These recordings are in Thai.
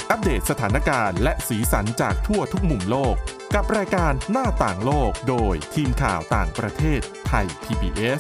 อัปเดตสถานการณ์และสีสันจากทั่วทุกมุมโลกกับรายการหน้าต่างโลกโดยทีมข่าวต่างประเทศไทย PBS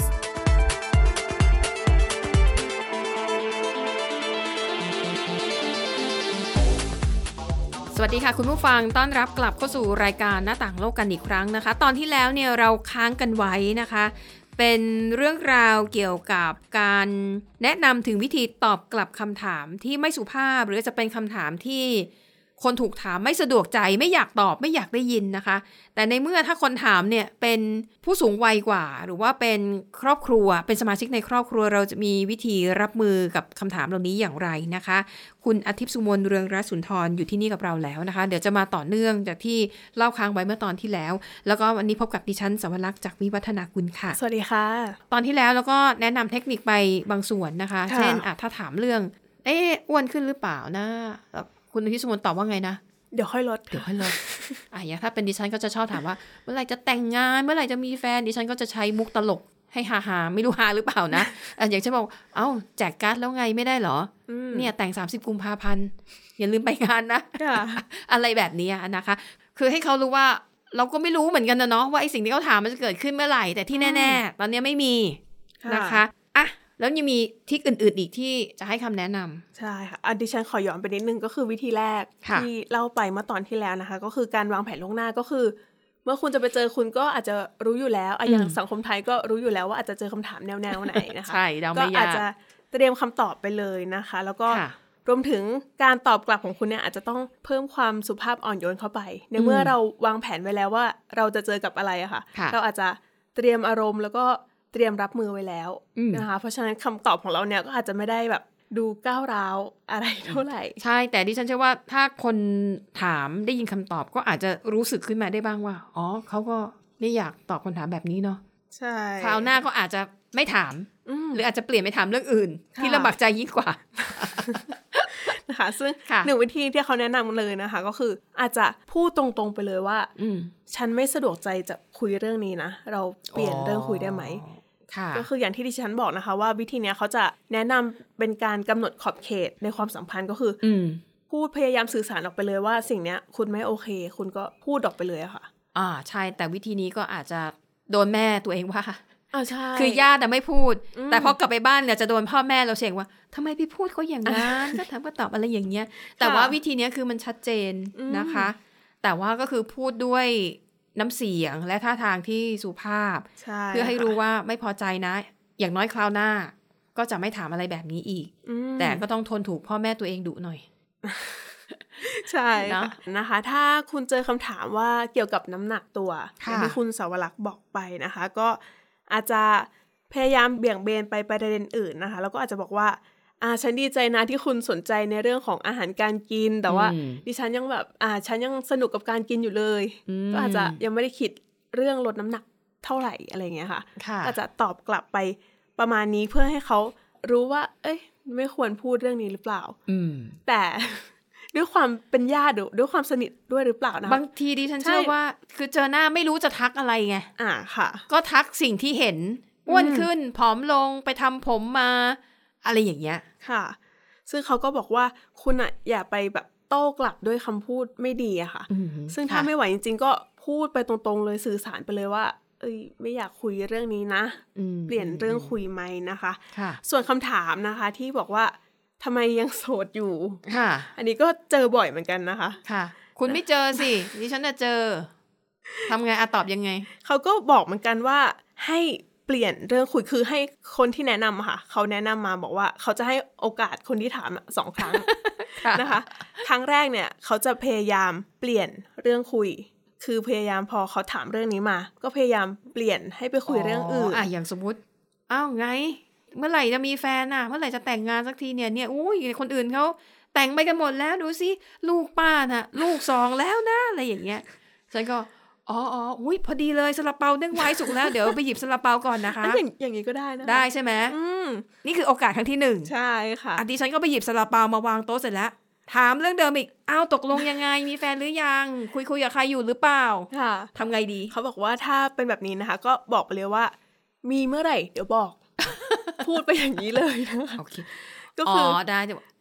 สวัสดีค่ะคุณผู้ฟังต้อนรับกลับเข้าสู่รายการหน้าต่างโลกกันอีกครั้งนะคะตอนที่แล้วเนี่ยเราค้างกันไว้นะคะเป็นเรื่องราวเกี่ยวกับการแนะนำถึงวิธีตอบกลับคำถามที่ไม่สุภาพหรือจะเป็นคำถามที่คนถูกถามไม่สะดวกใจไม่อยากตอบไม่อยากได้ยินนะคะแต่ในเมื่อถ้าคนถามเนี่ยเป็นผู้สูงวัยกว่าหรือว่าเป็นครอบครัวเป็นสมาชิกในครอบครัวเราจะมีวิธีรับมือกับคำถามเหล่านี้อย่างไรนะคะคุณอาทิตย์สุมนเรืองรัตน์สุนทรอยู่ที่นี่กับเราแล้วนะคะเดี๋ยวจะมาต่อเนื่องจากที่เล่าค้างไว้เมื่อตอนที่แล้วแล้วก็วันนี้พบกับดิฉันสวรักษ์จากวิวัฒนากุลค่ะสวัสดีค่ะตอนที่แล้วเราก็แนะนำเทคนิคไปบางส่วนนะคะเช่นถ้าถามเรื่องอ้วนขึ้นหรือเปล่านะคุณอาทิตย์สุมนตอบว่าไงนะเดี๋ยวค่อยลดอย่างถ้าเป็นดิฉันก็จะชอบถามว่าเมื่อไหร่จะแต่งงานเมื่อไหร่จะมีแฟนดิฉันก็จะใช้มุกตลกให้ฮาๆไม่รู้ฮาหรือเปล่านะ อย่างเช่นบอกแจกการ์ดแล้วไงไม่ได้เหรอเนี่ยแต่ง30 กุมภาพันธ์อย่าลืมไปงานนะ อะไรแบบนี้นะคะคือให้เขารู้ว่าเราก็ไม่รู้เหมือนกันนะเนาะว่าไอ้สิ่งที่เขาถามมันจะเกิดขึ้นเมื่อไหร่แต่ที่แน่ๆตอนนี้ไม่มีนะคะแล้วยังมีทริคอื่นๆอีกที่จะให้คำแนะนำใช่ค่ะดิฉันขอย้อนไปนิดนึงก็คือวิธีแรกที่เล่าไปเมื่อตอนที่แล้วนะคะก็คือการวางแผนล่วงหน้าก็คือเมื่อคุณจะไปเจอคุณก็อาจจะรู้อยู่แล้วอย่างสังคมไทยก็รู้อยู่แล้วว่าอาจจะเจอคำถามแนวไหนนะคะใช่ก็อาจจะเตรียมคำตอบไปเลยนะคะแล้วก็รวมถึงการตอบกลับของคุณเนี่ยอาจจะต้องเพิ่มความสุภาพอ่อนโยนเข้าไปในเมื่อเราวางแผนไว้แล้วว่าเราจะเจอกับอะไรอะค่ะเราอาจจะเตรียมอารมณ์แล้วก็เตรียมรับมือไว้แล้วนะคะเพราะฉะนั้นคำตอบของเราเนี่ยก็อาจจะไม่ได้แบบดูก้าวร้าวอะไรเท่าไหร่ใช่แต่ดิฉันเชื่อว่าถ้าคนถามได้ยินคำตอบก็อาจจะรู้สึกขึ้นมาได้บ้างว่าเขาก็ไม่อยากตอบคำถามแบบนี้เนาะใช่คราวหน้าก็อาจจะไม่ถามหรืออาจจะเปลี่ยนไปถามเรื่องอื่นที่ลำบากใจยิ่งกว่านะคะซึ่งหนึ่งวิธีที่เขาแนะนำเลยนะคะก็คืออาจจะพูดตรงๆไปเลยว่าฉันไม่สะดวกใจจะคุยเรื่องนี้นะเราเปลี่ยนเรื่องคุยได้ไหมก็คืออย่างที่ดิฉันบอกนะคะว่าวิธีนี้เขาจะแนะนำเป็นการกำหนดขอบเขตในความสัมพันธ์ก็คือพูดพยายามสื่อสารออกไปเลยว่าสิ่งนี้คุณไม่โอเคคุณก็พูดออกไปเลยค่ะใช่แต่วิธีนี้ก็อาจจะโดนแม่ตัวเองว่าใช่คือญาติไม่พูดแต่พอกลับไปบ้านเนี่ยจะโดนพ่อแม่เราเสียงว่าทำไมพี่พูดเขาอย่างนั้นก็ถามก็ตอบอะไรอย่างเงี้ยแต่ว่าวิธีนี้คือมันชัดเจนนะคะแต่ว่าก็คือพูดด้วยน้ำเสียงและท่าทางที่สุภาพเพื่อให้รู้ว่าไม่พอใจนะอย่างน้อยคราวหน้าก็จะไม่ถามอะไรแบบนี้อีกแต่ก็ต้องทนถูกพ่อแม่ตัวเองดุหน่อยใช่นะคะถ้าคุณเจอคำถามว่าเกี่ยวกับน้ำหนักตัวอย่างที่คุณสาวรักษ์บอกไปนะคะก็อาจจะพยายามเบี่ยงเบนไปประเด็นอื่นนะคะแล้วก็อาจจะบอกว่าฉันดีใจนะที่คุณสนใจในเรื่องของอาหารการกินแต่ว่าดิฉันยังแบบฉันยังสนุกกับการกินอยู่เลยก็อาจจะยังไม่ได้คิดเรื่องลดน้ำหนักเท่าไหร่อะไรเงี้ยค่ะอาจจะตอบกลับไปประมาณนี้เพื่อให้เขารู้ว่าไม่ควรพูดเรื่องนี้หรือเปล่าแต่ด้วยความเป็นญาติด้วยความสนิทด้วยหรือเปล่านะบางทีดิฉันเชื่อว่าคือเจอหน้าไม่รู้จะทักอะไรไงค่ะก็ทักสิ่งที่เห็นอ้วนขึ้นผอมลงไปทำผมมาอะไรอย่างเงี้ยค่ะซึ่งเขาก็บอกว่าคุณอย่าไปแบบโต้กลับด้วยคำพูดไม่ดีอะค่ะซึ่งถ้าไม่ไหวจริงๆก็พูดไปตรงๆเลยสื่อสารไปเลยว่าไม่อยากคุยเรื่องนี้นะเปลี่ยนเรื่องคุยไหมนะคะส่วนคำถามนะคะที่บอกว่าทำไมยังโสดอยู่อันนี้ก็เจอบ่อยเหมือนกันนะคะค่ะคุณไม่เจอสิดิฉันน่ะเจอทำไงตอบยังไงเขาก็บอกเหมือนกันว่าให้เปลี่ยนเรื่องคุยคือให้คนที่แนะนำค่ะเขาแนะนำมาบอกว่าเขาจะให้โอกาสคนที่ถาม2 ครั้ง นะคะครั้งแรกเนี่ยเขาจะพยายามเปลี่ยนเรื่องคุยคือพยายามพอเขาถามเรื่องนี้มาก็พยายามเปลี่ยนให้ไปคุยเรื่องอื่นอย่างสมมุติไงเมื่อไหร่จะมีแฟนเมื่อไหร่จะแต่งงานสักทีเนี่ยอุ้ยคนอื่นเขาแต่งไปกันหมดแล้วดูสิลูกป้าน่ะลูก2แล้วนะอะไรอย่างเงี้ยฉันก็อุ้ยพอดีเลยซาลาเปานึ่งไว้สุกแล้วเดี๋ยวไปหยิบซาลาเปาก่อนนะคะอย่างนี้ก็ได้นะได้ใช่ไหมนี่คือโอกาสครั้งที่1 ใช่ค่ะดิฉันก็ไปหยิบซาลาเปามาวางโต๊ะเสร็จแล้วถามเรื่องเดิมอีกตกลงยังไงมีแฟนหรือยังคุยกับใครอยู่หรือเปล่าทำไงดีเขาบอกว่าถ้าเป็นแบบนี้นะคะก็บอกไปเลยว่ามีเมื่อไหร่เดี๋ยวบอก พูดไปอย่างนี้เลยนะคะโอเคก็คือได้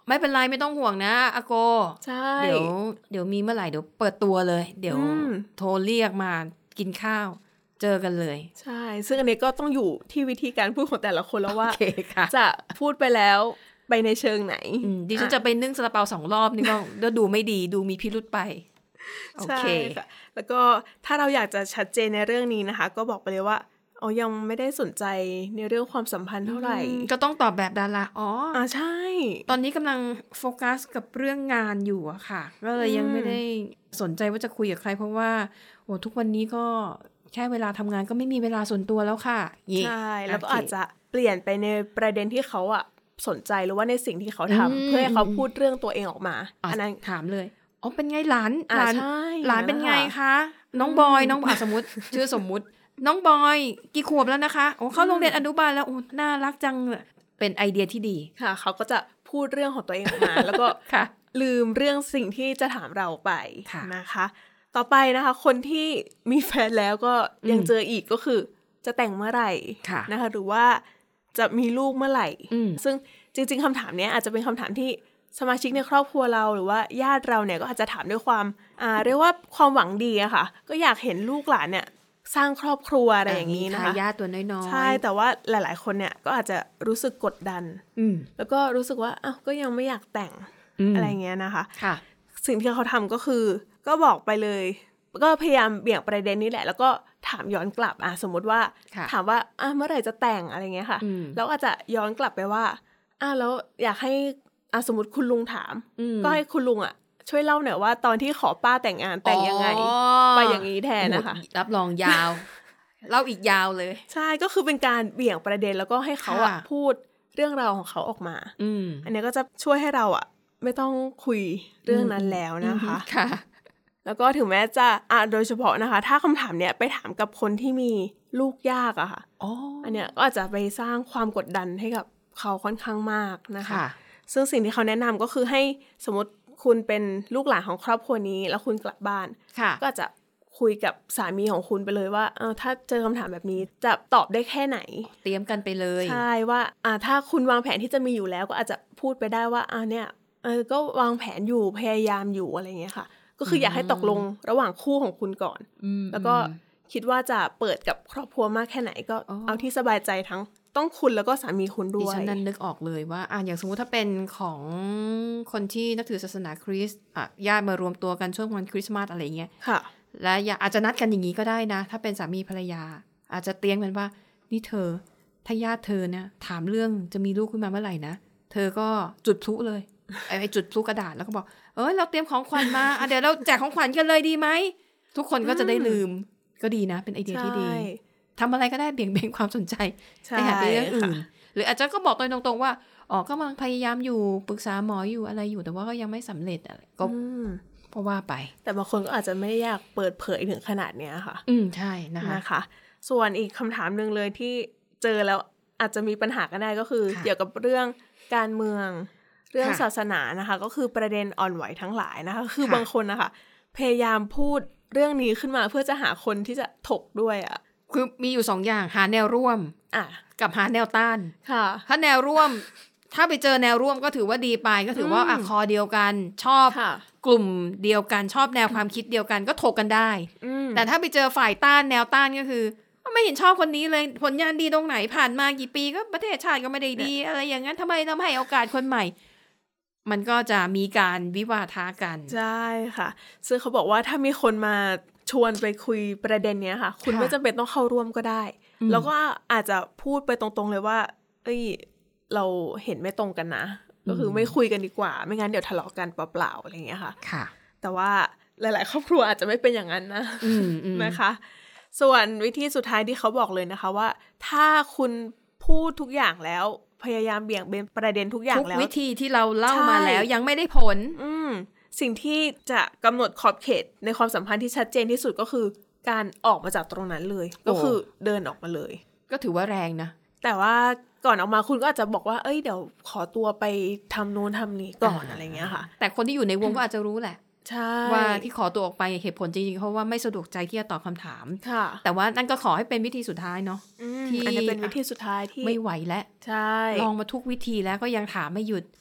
ไม่เป็นไรไม่ต้องห่วงนะอาโกใช่เดี๋ยวมีเมื่อไหร่เดี๋ยวเปิดตัวเลยเดี๋ยวโทรเรียกมากินข้าวเจอกันเลยใช่ซึ่งอันนี้ก็ต้องอยู่ที่วิธีการพูดของแต่ละคนแล้วว่า จะพูดไปแล้วไปในเชิงไหนดิฉันจะไปนึ่งซาลาเปา2 รอบนี่ก็ดูไม่ดีดูมีพิรุธไปโอเคค่ะแล้วก็ถ้าเราอยากจะชัดเจนในเรื่องนี้นะคะก็บอกไปเลยว่ายังไม่ได้สนใจในเรื่องความสัมพันธ์เท่าไหร่ก็ต้องตอบแบบดาราใช่ตอนนี้กำลังโฟกัสกับเรื่องงานอยู่อะค่ะก็เลยยังไม่ได้สนใจว่าจะคุยกับใครเพราะว่าทุกวันนี้ก็แค่เวลาทำงานก็ไม่มีเวลาส่วนตัวแล้วค่ะใช่แล้วก็อาจจะเปลี่ยนไปในประเด็นที่เขาสนใจหรือว่าในสิ่งที่เขาทำเพื่อให้เขาพูดเรื่องตัวเองออกมาอันนั้นถามเลยเป็นไงหลานเป็นไงคะ น้องบอยน้องสมมุติชื่อสมมุติน้องบอยกี่ขวบแล้วนะคะเข้าโรงเรียนอนุบาลแล้วน่ารักจังเป็นไอเดียที่ดีค่ะเขาก็จะพูดเรื่องของตัวเองออกมาแล้วก็ลืมเรื่องสิ่งที่จะถามเราไปนะคะต่อไปนะคะคนที่มีแฟนแล้วก็ยังเจออีกก็คือจะแต่งเมื่อไหร่นะคะหรือว่าจะมีลูกเมื่อไหร่ซึ่งจริงๆคำถามนี้อาจจะเป็นคำถามที่สมาชิกในครอบครัวเราหรือว่าญาติเราเนี่ยก็อาจจะถามด้วยความเรียกว่าความหวังดีอะค่ะก็อยากเห็นลูกหลานเนี่ยสร้างครอบครัวอะไรอย่างนี้นะคะญาติตัวน้อยๆใช่แต่ว่าหลายๆคนเนี่ยก็อาจจะรู้สึกกดดันแล้วก็รู้สึกว่าก็ยังไม่อยากแต่งอะไรเงี้ยนะคะสิ่งที่เขาทำก็คือก็บอกไปเลยก็พยายามเบี่ยงประเด็นนี้แหละแล้วก็ถามย้อนกลับสมมติว่าถามว่าเมื่อไหร่จะแต่งอะไรเงี้ยค่ะแล้วอาจจะย้อนกลับไปว่าแล้วอยากให้สมมติคุณลุงถามก็ให้คุณลุงช่วยเล่าหน่อยว่าตอนที่ขอป้าแต่งงานแต่งยังไงไปอย่างนี้แทนนะคะรับรองยาวเล่าอีกยาวเลยใช่ก็คือเป็นการเบี่ยงประเด็นแล้วก็ให้เขาพูดเรื่องราวของเขาออกมาอันนี้ก็จะช่วยให้เราไม่ต้องคุยเรื่องนั้นแล้วนะคะค่ะแล้วก็ถึงแม้จะโดยเฉพาะนะคะถ้าคำถามเนี้ยไปถามกับคนที่มีลูกยากอะค่ะอันเนี้ยก็อาจจะไปสร้างความกดดันให้กับเขาค่อนข้างมากนะคะซึ่งสิ่งที่เขาแนะนำก็คือให้สมมติคุณเป็นลูกหลานของครอบครัวนี้แล้วคุณกลับบ้านก็จะคุยกับสามีของคุณไปเลยว่าถ้าเจอคำถามแบบนี้จะตอบได้แค่ไหนเตรียมกันไปเลยใช่ว่าถ้าคุณวางแผนที่จะมีอยู่แล้วก็อาจจะพูดไปได้ว่าเนี่ยก็วางแผนอยู่พยายามอยู่อะไรเงี้ยค่ะก็คืออยากให้ตกลงระหว่างคู่ของคุณก่อนแล้วก็คิดว่าจะเปิดกับครอบครัวมากแค่ไหนก็เอาที่สบายใจทั้งต้องคุณแล้วก็สามีคุณด้วยดิฉันนั้นนึกออกเลยว่าอย่างสมมุติถ้าเป็นของคนที่นับถือศาสนาคริสต์ญาติมารวมตัวกันช่วงวันคริสต์มาสอะไรเงี้ยค่ะและอาจจะนัดกันอย่างนี้ก็ได้นะถ้าเป็นสามีภรรยาอาจจะเตรียมกันว่านี่เธอถ้าญาติเธอเนี่ยถามเรื่องจะมีลูกขึ้นมาเมื่อไหร่นะเธอก็จุดพลุเลยไอ้จุดพลุกระดาษแล้วก็บอกเราเตรียมของขวัญมาเดี๋ยวเราแจกของขวัญกันเลยดีไหมทุกคนก็จะได้ลืมก็ดีนะเป็นไอเดียที่ดีทำอะไรก็ได้เบี่ยงเบนความสนใจไปหาเรื่องอื่นหรืออาจจะก็บอกตัวตรงๆว่าก็กำลังพยายามอยู่ปรึกษาหมออยู่อะไรอยู่แต่ว่าก็ยังไม่สำเร็จอะไรก็เพราะว่าไปแต่บางคนก็อาจจะไม่อยากเปิดเผยถึงขนาดเนี้ยค่ะใช่นะคะ ส่วนอีกคำถามนึงเลยที่เจอแล้วอาจจะมีปัญหากันได้ก็คือเกี่ยวกับเรื่องการเมืองเรื่องศาสนานะคะก็คือประเด็นอ่อนไหวทั้งหลายนะคะคือบางคนนะคะพยายามพูดเรื่องนี้ขึ้นมาเพื่อจะหาคนที่จะถกด้วยคือมีอยู่2อย่างหาแนวร่วมกับหาแนวต้านค่ะถ้าแนวร่วมถ้าไปเจอแนวร่วมก็ถือว่าดีไปก็ถือว่าคอเดียวกันชอบกลุ่มเดียวกันชอบแนวความคิดเดียวกันก็ถกกันได้แต่ถ้าไปเจอฝ่ายต้านแนวต้านก็คือไม่เห็นชอบคนนี้เลยผลงานดีตรงไหนผ่านมากี่ปีก็ประเทศชาติก็ไม่ได้ดีอะไรอย่างนั้นทำไมต้องให้โอกาสคนใหม่มันก็จะมีการวิวาทะกันใช่ค่ะซึ่งเขาบอกว่าถ้ามีคนมาชวนไปคุยประเด็นเนี้ยค่ะคุณไม่จำเป็นต้องเข้าร่วมก็ได้แล้วก็อาจจะพูดไปตรงๆเลยว่าเราเห็นไม่ตรงกันนะก็คือไม่คุยกันดีกว่าไม่งั้นเดี๋ยวทะเลาะกันเปล่าๆอะไรอย่างเงี้ยค่ะแต่ว่าหลายๆครอบครัวอาจจะไม่เป็นอย่างนั้นนะนะคะส่วนวิธีสุดท้ายที่เขาบอกเลยนะคะว่าถ้าคุณพูดทุกอย่างแล้วพยายามเบี่ยงเบนประเด็นทุกอย่างแล้วทุกวิธีที่เราเล่ามาแล้วยังไม่ได้ผลสิ่งที่จะกำหนดขอบเขตในความสัมพันธ์ที่ชัดเจนที่สุดก็คือการออกมาจากตรงนั้นเลยก็คือเดินออกมาเลยก็ถือว่าแรงนะแต่ว่าก่อนออกมาคุณก็อาจจะบอกว่าเดี๋ยวขอตัวไปทำโน้นทำนี้ก่อนอะไรเงี้ยค่ะแต่คนที่อยู่ในวงก็อาจจะรู้แหละว่าที่ขอตัวออกไปเหตุผลจริงๆเพราะว่าไม่สะดวกใจที่จะตอบคำถามแต่ว่านั่นก็ขอให้เป็นวิธีสุดท้ายเนาะที่อันนี้เป็นวิธีสุดท้ายที่ไม่ไหวแล้วใช่ลองมาทุกวิธีแล้วก็ยังถามไม่หยุด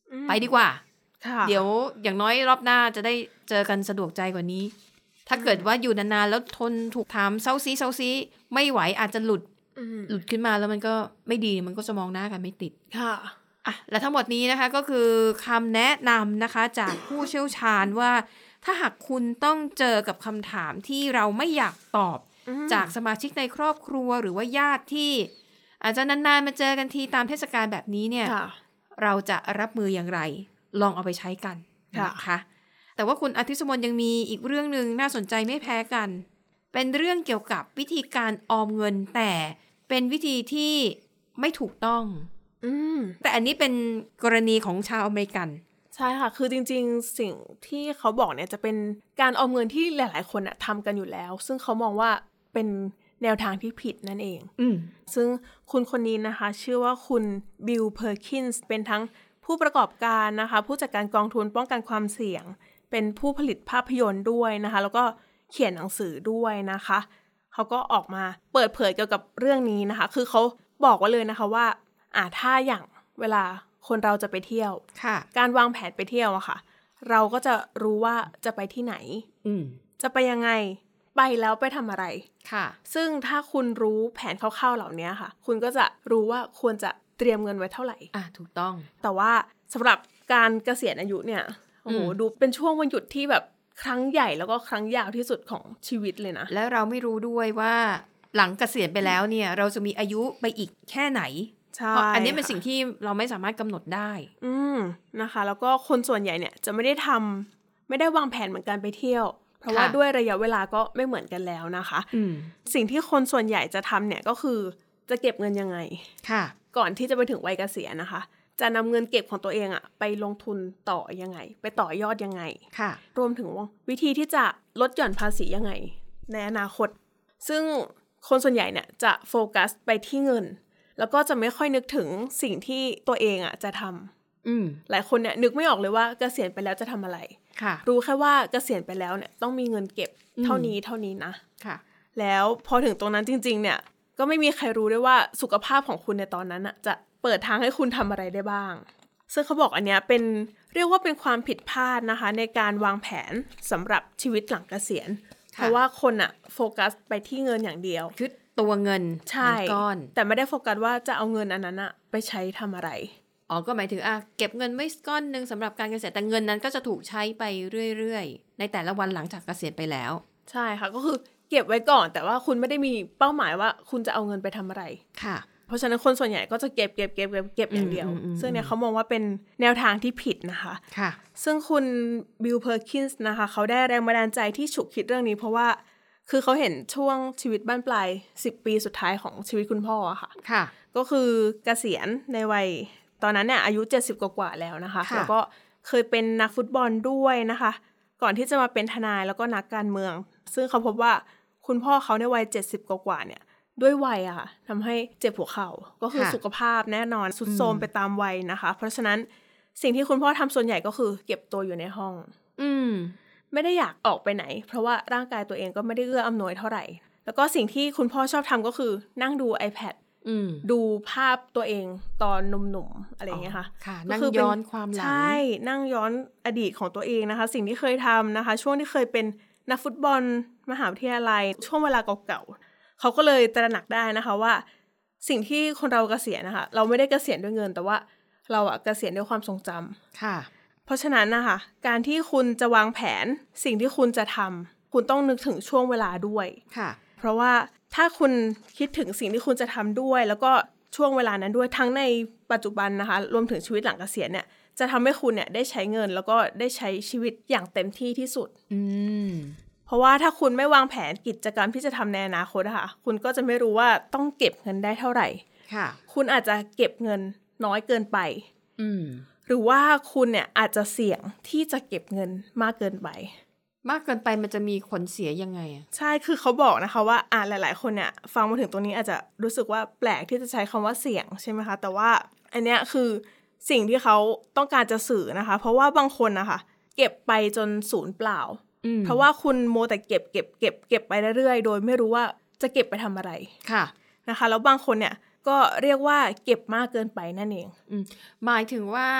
ไปดีกว่าเดี๋ยวเอย่างน้อยรอบหน้าจะได้เจอกันสะดวกใจกว่านี้ถ้าเกิดว่าอยู่นานๆแล้วทนถูกถามเซาซีไม่ไหวอาจจะหลุดขึ้นมาแล้วมันก็ไม่ดีมันก็จะมองหน้ากันไม่ติดค่ะและทั้งหมดนี้นะคะก็คือคำแนะนำนะคะจากผู้เชี่ยวชาญว่าถ้าหากคุณต้องเจอกับคำถามที่เราไม่อยากตอบจากสมาชิกในครอบครัวหรือว่าญาติที่อาจจะนานๆมาเจอกันทีตามเทศกาลแบบนี้เนี่ยเราจะรับมืออย่างไรลองเอาไปใช้กันนะคะแต่ว่าคุณอาทิตย์สมนยังมีอีกเรื่องนึงน่าสนใจไม่แพ้กันเป็นเรื่องเกี่ยวกับวิธีการออมเงินแต่เป็นวิธีที่ไม่ถูกต้องแต่อันนี้เป็นกรณีของชาวอเมริกันใช่ค่ะคือจริงๆสิ่งที่เขาบอกเนี่ยจะเป็นการออมเงินที่หลายๆคนทำกันอยู่แล้วซึ่งเขามองว่าเป็นแนวทางที่ผิดนั่นเองซึ่งคุณคนนี้นะคะชื่อว่าคุณบิลเพอร์คินส์เป็นทั้งผู้ประกอบการนะคะผู้จัดการกองทุนป้องกันความเสี่ยงเป็นผู้ผลิตภาพยนตร์ด้วยนะคะแล้วก็เขียนหนังสือด้วยนะคะเขาก็ออกมาเปิดเผยเกี่ยวกับเรื่องนี้นะคะคือเขาบอกไว้เลยนะคะว่าถ้าอย่างเวลาคนเราจะไปเที่ยวการวางแผนไปเที่ยวอะค่ะเราก็จะรู้ว่าจะไปที่ไหนจะไปยังไงไปแล้วไปทำอะไรซึ่งถ้าคุณรู้แผนคร่าวๆเหล่านี้ค่ะคุณก็จะรู้ว่าควรจะเตรียมเงินไว้เท่าไหร่ถูกต้องแต่ว่าสำหรับการเกษียณอายุเนี่ยโอ้โหดูเป็นช่วงวันหยุดที่แบบครั้งใหญ่แล้วก็ครั้งยาวที่สุดของชีวิตเลยนะและเราไม่รู้ด้วยว่าหลังเกษียณไปแล้วเนี่ยเราจะมีอายุไปอีกแค่ไหนเพราะอันนี้เป็นสิ่งที่เราไม่สามารถกำหนดได้นะคะแล้วก็คนส่วนใหญ่เนี่ยจะไม่ได้วางแผนเหมือนกันไปเที่ยวเพราะว่าด้วยระยะเวลาก็ไม่เหมือนกันแล้วนะคะสิ่งที่คนส่วนใหญ่จะทำเนี่ยก็คือจะเก็บเงินยังไงก่อนที่จะไปถึงวัยเกษียณนะคะจะนำเงินเก็บของตัวเองไปลงทุนต่อยังไงไปต่อยอดยังไงรวมถึงวิธีที่จะลดหย่อนภาษียังไงในอนาคตซึ่งคนส่วนใหญ่เนี่ยจะโฟกัสไปที่เงินแล้วก็จะไม่ค่อยนึกถึงสิ่งที่ตัวเองจะทำหลายคนเนี่ยนึกไม่ออกเลยว่าเกษียณไปแล้วจะทำอะไรรู้แค่ว่าเกษียณไปแล้วเนี่ยต้องมีเงินเก็บเท่านี้นะแล้วพอถึงตรงนั้นจริงๆเนี่ยก็ไม่มีใครรู้ได้ว่าสุขภาพของคุณในตอนนั้นจะเปิดทางให้คุณทำอะไรได้บ้างซึ่งเขาบอกอันเนี้ยเรียกว่าเป็นความผิดพลาดนะคะในการวางแผนสำหรับชีวิตหลังเกษียณเพราะว่าคนโฟกัสไปที่เงินอย่างเดียวคือตัวเงินก้อนแต่ไม่ได้โฟกัสว่าจะเอาเงินอันนั้นไปใช้ทำอะไรก็หมายถึงเก็บเงินไว้ก้อนนึงสำหรับการเกษียณแต่เงินนั้นก็จะถูกใช้ไปเรื่อยๆในแต่ละวันหลังจากเกษียณไปแล้วใช่ค่ะก็คือเก็บไว้ก่อนแต่ว่าคุณไม่ได้มีเป้าหมายว่าคุณจะเอาเงินไปทำอะไรเพราะฉะนั้นคนส่วนใหญ่ก็จะเก็บอย่างเดียวซึ่งเนี่ยเขามองว่าเป็นแนวทางที่ผิดนะคะซึ่งคุณบิลเพอร์คินส์นะคะเขาได้แรงบันดาลใจที่ฉุกคิดเรื่องนี้เพราะว่าคือเขาเห็นช่วงชีวิตบั้นปลาย10 ปีสุดท้ายของชีวิตคุณพ่อค่ะก็คือเกษียณในวัยตอนนั้นเนี่ยอายุ70กว่าแล้วนะคะแล้วก็เคยเป็นนักฟุตบอลด้วยนะคะก่อนที่จะมาเป็นทนายแล้วก็นักการเมืองซึ่งเขาพบว่าคุณพ่อเขาในวัย70กว่าเนี่ยด้วยวัยทำให้เจ็บหัวเข่าก็คือสุขภาพแน่นอนทรุดโทรมไปตามวัยนะคะเพราะฉะนั้นสิ่งที่คุณพ่อทำส่วนใหญ่ก็คือเก็บตัวอยู่ในห้องไม่ได้อยากออกไปไหนเพราะว่าร่างกายตัวเองก็ไม่ได้เอื้ออำนวยเท่าไหร่แล้วก็สิ่งที่คุณพ่อชอบทำก็คือนั่งดู iPad ดูภาพตัวเองตอนหนุ่มๆอะไรอย่างเงี้ยค่ะนั่งย้อนความหลังใช่นั่งย้อนอดีตของตัวเองนะคะสิ่งที่เคยทำนะคะช่วงที่เคยเป็นนักฟุตบอลมหาวิทยาลัยช่วงเวลาเก่าๆเขาก็เลยตระหนักได้นะคะว่าสิ่งที่คนเราเกษียณนะคะเราไม่ได้เกษียณด้วยเงินแต่ว่าเราเกษียณด้วยความทรงจำเพราะฉะนั้นนะคะการที่คุณจะวางแผนสิ่งที่คุณจะทำคุณต้องนึกถึงช่วงเวลาด้วยเพราะว่าถ้าคุณคิดถึงสิ่งที่คุณจะทำด้วยแล้วก็ช่วงเวลานั้นด้วยทั้งในปัจจุบันนะคะรวมถึงชีวิตหลังเกษียณเนี่ยจะทำให้คุณเนี่ยได้ใช้เงินแล้วก็ได้ใช้ชีวิตอย่างเต็มที่ที่สุดเพราะว่าถ้าคุณไม่วางแผนกิจกรรมที่จะทำในอนาคตค่ะคุณก็จะไม่รู้ว่าต้องเก็บเงินได้เท่าไหร่คุณอาจจะเก็บเงินน้อยเกินไปหรือว่าคุณเนี่ยอาจจะเสี่ยงที่จะเก็บเงินมากเกินไปมันจะมีผลเสียยังไงใช่คือเขาบอกนะคะว่าหลายๆคนเนี่ยฟังมาถึงตรงนี้อาจจะรู้สึกว่าแปลกที่จะใช้คำว่าเสี่ยงใช่ไหมคะแต่ว่าอันเนี้ยคือสิ่งที่เขาต้องการจะสื่อนะคะเพราะว่าบางคนนะคะเก็บไปจนศูนย์เปล่าเพราะว่าคุณโมแต่เก็บไปเรื่อยๆโดยไม่รู้ว่าจะเก็บไปทำอะไรนะคะแล้วบางคนเนี่ยก็เรียกว่าเก็บมากเกินไปนั่นเองหมายถึงว่า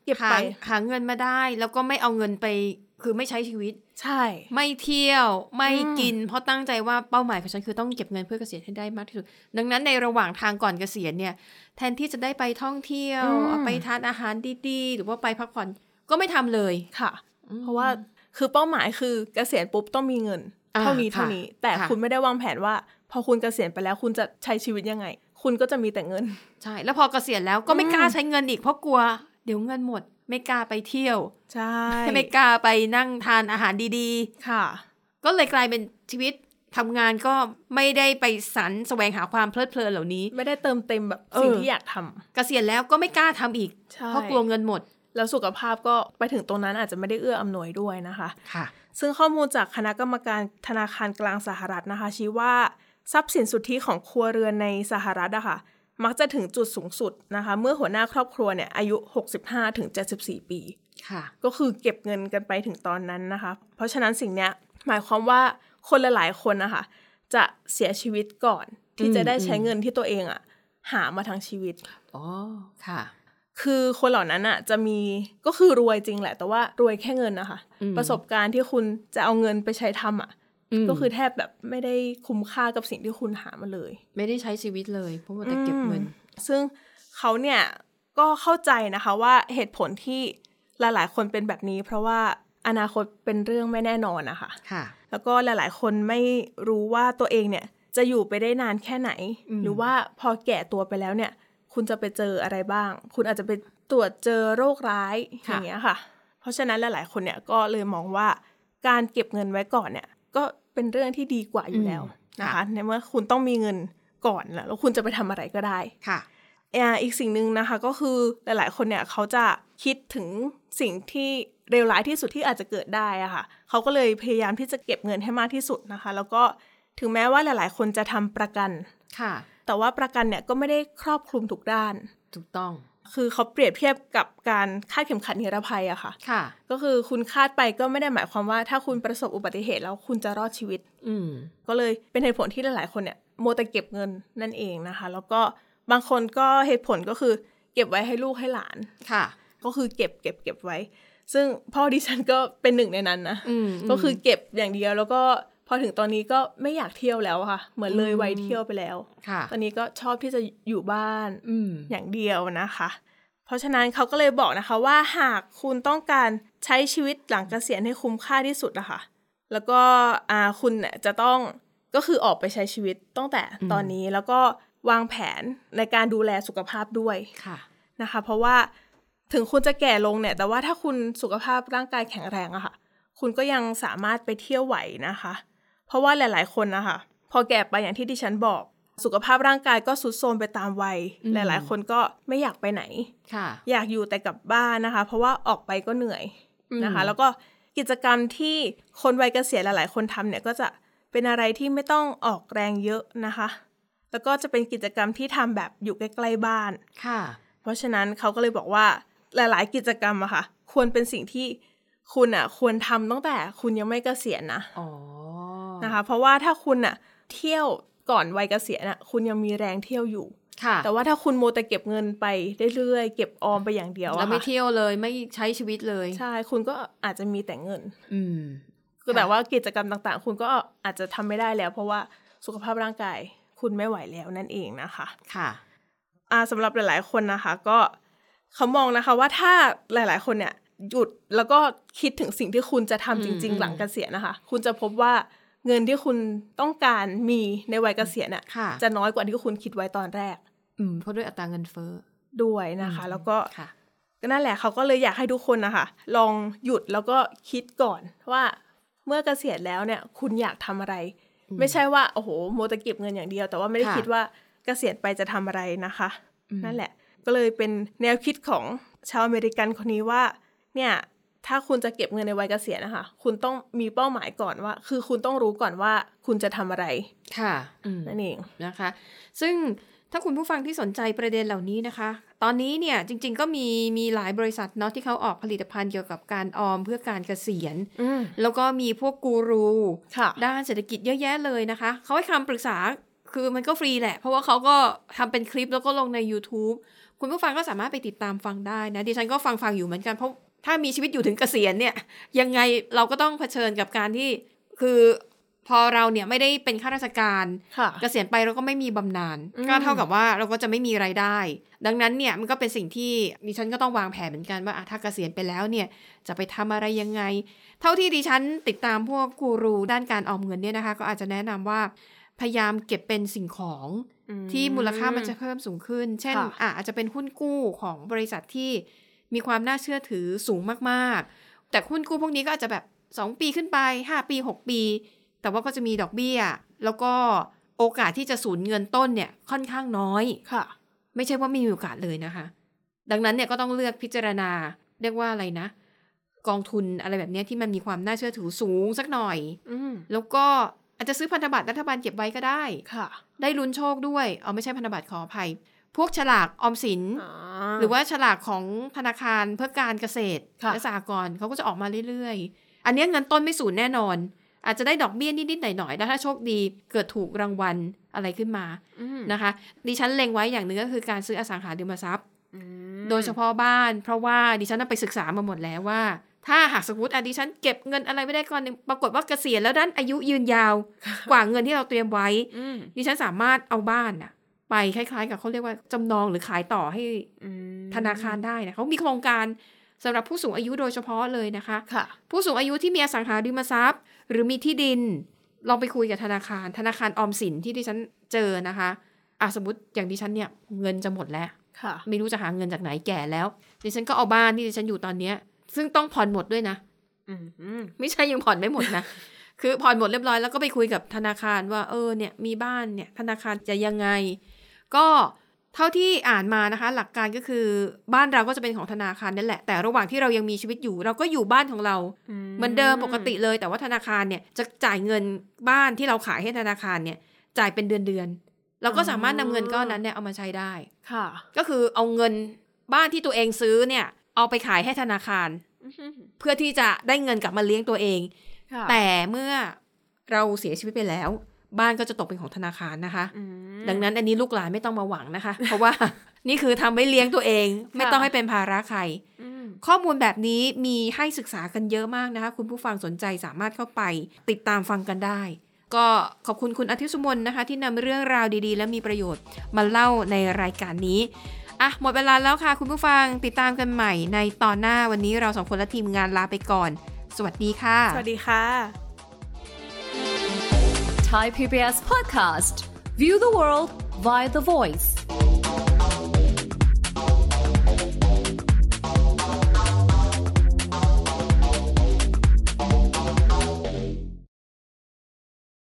เก็บไปหาเงินมาได้แล้วก็ไม่เอาเงินไปคือไม่ใช้ชีวิตใช่ไม่เที่ยวไม่กินเพราะตั้งใจว่าเป้าหมายของฉันคือต้องเก็บเงินเพื่อเกษียณให้ได้มากที่สุดดังนั้นในระหว่างทางก่อนเกษียณเนี่ยแทนที่จะได้ไปท่องเที่ยวไปทานอาหารดีๆหรือว่าไปพักผ่อนก็ไม่ทำเลยค่ะเพราะว่าคือเป้าหมายคือเกษียณปุ๊บต้องมีเงินเท่านี้แต่คุณไม่ได้วางแผนว่าพอคุณเกษียณไปแล้วคุณจะใช้ชีวิตยังไงคุณก็จะมีแต่เงินใช่แล้วพอเกษียณแล้วก็ไม่กล้าใช้เงินอีกเพราะกลัวเดี๋ยวเงินหมดไม่กล้าไปเที่ยวใช่ไม่กล้าไปนั่งทานอาหารดีๆค่ะก็เลยกลายเป็นชีวิตทำงานก็ไม่ได้ไปสรรแสวงหาความเพลิดเพลินเหล่านี้ไม่ได้เติมเต็มแบบสิ่งที่อยากทำเกษียณแล้วก็ไม่กล้าทำอีกเพราะกลัวเงินหมดแล้วสุขภาพก็ไปถึงตรงนั้นอาจจะไม่ได้เอื้ออำนวยด้วยนะคะค่ะซึ่งข้อมูลจากคณะกรรมการธนาคารกลางสหรัฐนะคะชี้ว่าทรัพย์สินสุทธิของครัวเรือนในสหรัฐอะค่ะมักจะถึงจุดสูงสุดนะคะเมื่อหัวหน้าครอบครัวเนี่ยอายุ 65-74 ปีค่ะก็คือเก็บเงินกันไปถึงตอนนั้นนะคะเพราะฉะนั้นสิ่งเนี้ยหมายความว่าคนหลายๆคนนะคะจะเสียชีวิตก่อนที่จะได้ใช้เงินที่ตัวเองอะหามาทั้งชีวิตอ๋อค่ะคือคนเหล่านั้นอะจะมีก็คือรวยจริงแหละแต่ว่ารวยแค่เงินนะคะประสบการณ์ที่คุณจะเอาเงินไปใช้ทำอะก็คือแทบแบบไม่ได้คุ้มค่ากับสิ่งที่คุณหามาเลยไม่ได้ใช้ชีวิตเลยเพราะว่าแต่เก็บเงินซึ่งเขาเนี่ยก็เข้าใจนะคะว่าเหตุผลที่หลายๆคนเป็นแบบนี้เพราะว่าอนาคตเป็นเรื่องไม่แน่นอนนะคะค่ะแล้วก็หลายๆคนไม่รู้ว่าตัวเองเนี่ยจะอยู่ไปได้นานแค่ไหนหรือว่าพอแก่ตัวไปแล้วเนี่ยคุณจะไปเจออะไรบ้างคุณอาจจะไปตรวจเจอโรคร้ายอย่างเงี้ยค่ะเพราะฉะนั้นหลายๆคนเนี่ยก็เลยมองว่าการเก็บเงินไว้ก่อนเนี่ยก็เป็นเรื่องที่ดีกว่าอยู่แล้วนะคะในเมื่อคุณต้องมีเงินก่อนแล้วคุณจะไปทำอะไรก็ได้ค่ะอีกสิ่งนึงนะคะก็คือหลายๆคนเนี่ยเขาจะคิดถึงสิ่งที่เลวร้ายที่สุดที่อาจจะเกิดได้อะค่ะเขาก็เลยพยายามที่จะเก็บเงินให้มากที่สุดนะคะแล้วก็ถึงแม้ว่าหลายๆคนจะทำประกันค่ะแต่ว่าประกันเนี่ยก็ไม่ได้ครอบคลุมทุกด้านถูกต้องคือเขาเปรียบเทียบกับการคาดเข็มขัดนิรภัยอะค่ะค่ะก็คือคุณคาดไปก็ไม่ได้หมายความว่าถ้าคุณประสบอุบัติเหตุแล้วคุณจะรอดชีวิตก็เลยเป็นเหตุผลที่หลายๆคนเนี่ยโมแต่เก็บเงินนั่นเองนะคะแล้วก็บางคนก็เหตุผลก็คือเก็บไว้ให้ลูกให้หลานค่ะก็คือเก็บไว้ซึ่งพ่อดิฉันก็เป็นหนึ่งในนั้นนะก็คือเก็บอย่างเดียวแล้วก็พอถึงตอนนี้ก็ไม่อยากเที่ยวแล้วค่ะเหมือนเลยวัยเที่ยวไปแล้วตอนนี้ก็ชอบที่จะอยู่บ้านอย่างเดียวนะคะเพราะฉะนั้นเขาก็เลยบอกนะคะว่าหากคุณต้องการใช้ชีวิตหลังเกษียณให้คุ้มค่าที่สุดนะคะแล้วก็คุณเนี่ยจะต้องก็คือออกไปใช้ชีวิตตั้งแต่ตอนนี้แล้วก็วางแผนในการดูแลสุขภาพด้วยนะคะเพราะว่าถึงคุณจะแก่ลงเนี่ยแต่ว่าถ้าคุณสุขภาพร่างกายแข็งแรงอะค่ะคุณก็ยังสามารถไปเที่ยวไหวนะคะเพราะว่าหลายๆคนนะคะพอแก่ไปอย่างที่ดิฉันบอกสุขภาพร่างกายก็ทรุดโทรมไปตามวัยหลายๆคนก็ไม่อยากไปไหนอยากอยู่แต่กับบ้านนะคะเพราะว่าออกไปก็เหนื่อยนะคะแล้วก็กิจกรรมที่คนวัยเกษียณหลายๆคนทำเนี่ยก็จะเป็นอะไรที่ไม่ต้องออกแรงเยอะนะคะแล้วก็จะเป็นกิจกรรมที่ทำแบบอยู่ใกล้ๆบ้านเพราะฉะนั้นเขาก็เลยบอกว่าหลายๆกิจกรรมอะค่ะควรเป็นสิ่งที่คุณอะควรทำตั้งแต่คุณยังไม่เกษียณนะนะคะเพราะว่าถ้าคุณอะเที่ยวก่อนวัยเกษียณอะคุณยังมีแรงเที่ยวอยู่แต่ว่าถ้าคุณโมแต่เก็บเงินไปเรื่อยๆเก็บออมไปอย่างเดียวแล้วไม่เที่ยวเลยไม่ใช้ชีวิตเลยใช่คุณก็อาจจะมีแต่เงินคือแต่ว่ากิจกรรมต่างๆคุณก็อาจจะทำไม่ได้แล้วเพราะว่าสุขภาพร่างกายคุณไม่ไหวแล้วนั่นเองนะคะค่ะสำหรับหลายๆคนนะคะก็เขามองนะคะว่าถ้าหลายๆคนเนี่ยหยุดแล้วก็คิดถึงสิ่งที่คุณจะทำจริงๆหลังเกษียณนะคะคุณจะพบว่าเงินที่คุณต้องการมีในวัยเกษียณน่ะจะน้อยกว่าที่คุณคิดไว้ตอนแรกเพราะด้วยอัตราเงินเฟ้อด้วยนะคะแล้วก็นั่นแหละเขาก็เลยอยากให้ทุกคนนะคะลองหยุดแล้วก็คิดก่อนว่าเมื่อเกษียณแล้วเนี่ยคุณอยากทำอะไรไม่ใช่ว่าโอ้โหโมแต่เก็บเงินอย่างเดียวแต่ว่าไม่ได้คิดว่าเกษียณไปจะทำอะไรนะคะนั่นแหละก็เลยเป็นแนวคิดของชาวอเมริกันคนนี้ว่าเนี่ยถ้าคุณจะเก็บเงินในวัยเกษียณนะคะคุณต้องมีเป้าหมายก่อนว่าคือคุณต้องรู้ก่อนว่าคุณจะทำอะไรค่ะนั่นเองนะคะซึ่งถ้าคุณผู้ฟังที่สนใจประเด็นเหล่านี้นะคะตอนนี้เนี่ยจริงๆก็มีหลายบริษัทเนาะที่เขาออกผลิตภัณฑ์เกี่ยวกับการออมเพื่อการเกษียณแล้วก็มีพวกกูรูด้านเศรษฐกิจเยอะแยะเลยนะคะเขาให้คำปรึกษาคือมันก็ฟรีแหละเพราะว่าเขาก็ทำเป็นคลิปแล้วก็ลงใน YouTube คุณผู้ฟังก็สามารถไปติดตามฟังได้นะดิฉันก็ฟังอยู่เหมือนกันเพราะถ้ามีชีวิตอยู่ถึงเกษียณเนี่ยยังไงเราก็ต้องเผชิญกับการที่คือพอเราเนี่ยไม่ได้เป็นข้าราชการเกษียณไปเราก็ไม่มีบำนาญก็เท่ากับว่าเราก็จะไม่มีรายได้ดังนั้นเนี่ยมันก็เป็นสิ่งที่ดิฉันก็ต้องวางแผนเหมือนกันว่าถ้าเกษียณไปแล้วเนี่ยจะไปทำอะไรยังไงเท่าที่ดิฉันติดตามพวกกูรูด้านการออมเงินเนี่ยนะคะก็อาจจะแนะนำว่าพยายามเก็บเป็นสิ่งของที่มูลค่ามันจะเพิ่มสูงขึ้นเช่นอาจจะเป็นหุ้นกู้ของบริษัทที่มีความน่าเชื่อถือสูงมากๆแต่หุ้นกู้พวกนี้ก็อาจจะแบบ2ปีขึ้นไป5ปี6ปีแต่ว่าก็จะมีดอกเบี้ยแล้วก็โอกาสที่จะสูญเงินต้นเนี่ยค่อนข้างน้อยค่ะไม่ใช่ว่าไม่มีโอกาสเลยนะคะดังนั้นเนี่ยก็ต้องเลือกพิจารณาเรียกว่าอะไรนะกองทุนอะไรแบบนี้ที่มันมีความน่าเชื่อถือสูงสักหน่อยแล้วก็อาจจะซื้อพันธบัตรรัฐบาลเก็บไว้ก็ได้ค่ะได้ลุ้นโชคด้วยไม่ใช่พันธบัตรขออภัยพวกฉลากออมสินหรือว่าฉลากของธนาคารเพื่อการเกษตรและสหกรณ์เขาก็จะออกมาเรื่อยๆอันนี้เงินต้นไม่สูญแน่นอนอาจจะได้ดอกเบี้ยนิดๆหน่อยๆแล้วถ้าโชคดีเกิดถูกรางวัลอะไรขึ้นมานะคะดิฉันเล็งไว้อย่างนึงก็คือการซื้ออสังหาริมทรัพย์โดยเฉพาะบ้านเพราะว่าดิฉันไปศึกษามาหมดแล้วว่าถ้าหากสมมติดิฉันเก็บเงินอะไรไม่ได้ก่อนปรากฏว่าเกษียณแล้วด้านอายุยืนยาวกว่าเงินที่เราเตรียมไว้ดิฉันสามารถเอาบ้านไปคล้ายๆกับเขาเรียกว่าจำนองหรือขายต่อให้ธนาคารได้นะเขามีโครงการสำหรับผู้สูงอายุโดยเฉพาะเลยนะคะผู้สูงอายุที่มีอสังหาริมทรัพย์หรือมีที่ดินลองไปคุยกับธนาคารออมสินที่ดิฉันเจอนะคะสมมติอย่างดิฉันเนี่ยเงินจะหมดแล้วไม่รู้จะหาเงินจากไหนแก่แล้วดิฉันก็เอาบ้านที่ดิฉันอยู่ตอนเนี้ยซึ่งต้องผ่อนหมดด้วยนะไม่ใช่ยังผ่อนไม่หมดนะ คือผ่อนหมดเรียบร้อยแล้วก็ไปคุยกับธนาคารว่าเนี่ยมีบ้านเนี่ยธนาคารจะยังไงก็เท่าที่อ่านมานะคะหลักการก็คือบ้านเราก็จะเป็นของธนาคารนั่นแหละแต่ระหว่างที่เรายังมีชีวิตอยู่เราก็อยู่บ้านของเราเหมือนเดิมปกติเลยแต่ว่าธนาคารเนี่ยจะจ่ายเงินบ้านที่เราขายให้ธนาคารเนี่ยจ่ายเป็นเดือนเราก็สามารถนำเงินก้อนนั้นเนี่ยเอามาใช้ได้ค่ะก็คือเอาเงินบ้านที่ตัวเองซื้อเนี่ยเอาไปขายให้ธนาคารเพื่อที่จะได้เงินกลับมาเลี้ยงตัวเองแต่เมื่อเราเสียชีวิตไปแล้วบ้านก็จะตกเป็นของธนาคารนะคะดังนั้นอันนี้ลูกหลานไม่ต้องมาหวังนะคะเพราะว่านี่คือทำไว้เลี้ยงตัวเองไม่ต้องให้เป็นภาระใครข้อมูลแบบนี้มีให้ศึกษากันเยอะมากนะคะคุณผู้ฟังสนใจสามารถเข้าไปติดตามฟังกันได้ก็ขอบคุณคุณอาทิตย์สุมนนะคะที่นำเรื่องราวดีๆและมีประโยชน์มาเล่าในรายการนี้หมดเวลาแล้วค่ะคุณผู้ฟังติดตามกันใหม่ในตอนหน้าวันนี้เรา2คนและทีมงานลาไปก่อนสวัสดีค่ะสวัสดีค่ะ Thai PBS Podcast View the world via the voice